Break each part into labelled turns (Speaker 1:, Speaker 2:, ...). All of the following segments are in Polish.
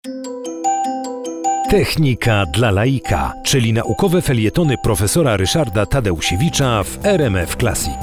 Speaker 1: Technika dla laika, czyli naukowe felietony profesora Ryszarda Tadeusiewicza w RMF Classic.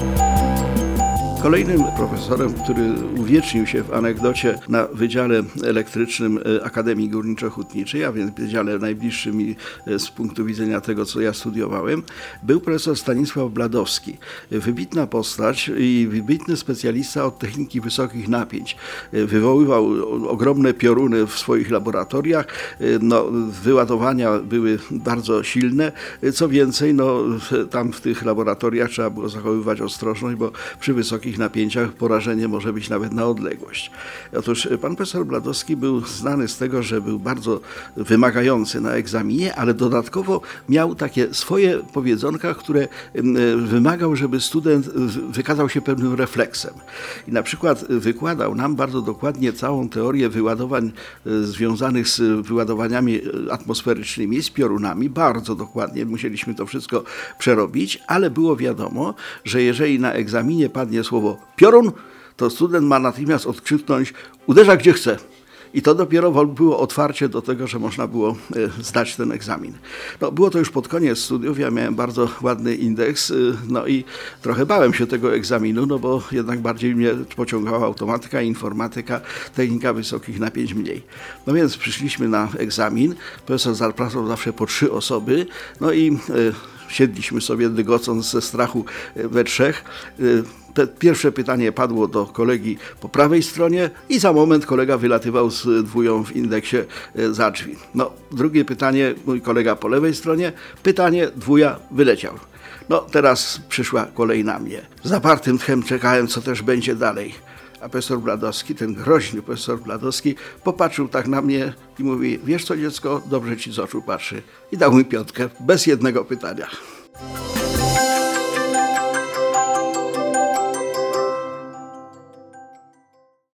Speaker 2: Kolejnym profesorem, który uwiecznił się w anegdocie na Wydziale Elektrycznym Akademii Górniczo-Hutniczej, a więc wydziale najbliższym mi z punktu widzenia tego, co ja studiowałem, był profesor Stanisław Bladowski. Wybitna postać i wybitny specjalista od techniki wysokich napięć. Wywoływał ogromne pioruny w swoich laboratoriach. Wyładowania były bardzo silne. Co więcej, tam w tych laboratoriach trzeba było zachowywać ostrożność, bo przy wysokich napięciach porażenie może być nawet na odległość. Otóż pan profesor Bladowski był znany z tego, że był bardzo wymagający na egzaminie, ale dodatkowo miał takie swoje powiedzonka, które wymagał, żeby student wykazał się pewnym refleksem. I na przykład wykładał nam bardzo dokładnie całą teorię wyładowań związanych z wyładowaniami atmosferycznymi, z piorunami. Bardzo dokładnie musieliśmy to wszystko przerobić, ale było wiadomo, że jeżeli na egzaminie padnie słowo piorun, to student ma natychmiast odkrzyknąć: uderza gdzie chce. I to dopiero było otwarcie do tego, że można było zdać ten egzamin. Było to już pod koniec studiów, ja miałem bardzo ładny indeks, i trochę bałem się tego egzaminu, bo jednak bardziej mnie pociągała automatyka, informatyka, technika wysokich napięć mniej. Więc przyszliśmy na egzamin, profesor zapraszał zawsze po 3 osoby, i siedliśmy sobie dygocąc ze strachu we trzech. Pierwsze pytanie padło do kolegi po prawej stronie i za moment kolega wylatywał z 2 w indeksie za drzwi. Drugie pytanie, mój kolega po lewej stronie, pytanie 2 wyleciał. Teraz przyszła kolej na mnie. Z zapartym tchem czekałem, co też będzie dalej. A profesor Bladowski, ten groźny profesor Bladowski, popatrzył tak na mnie i mówi: wiesz co, dziecko, dobrze ci z oczu patrzy. I dał mi 5, bez jednego pytania.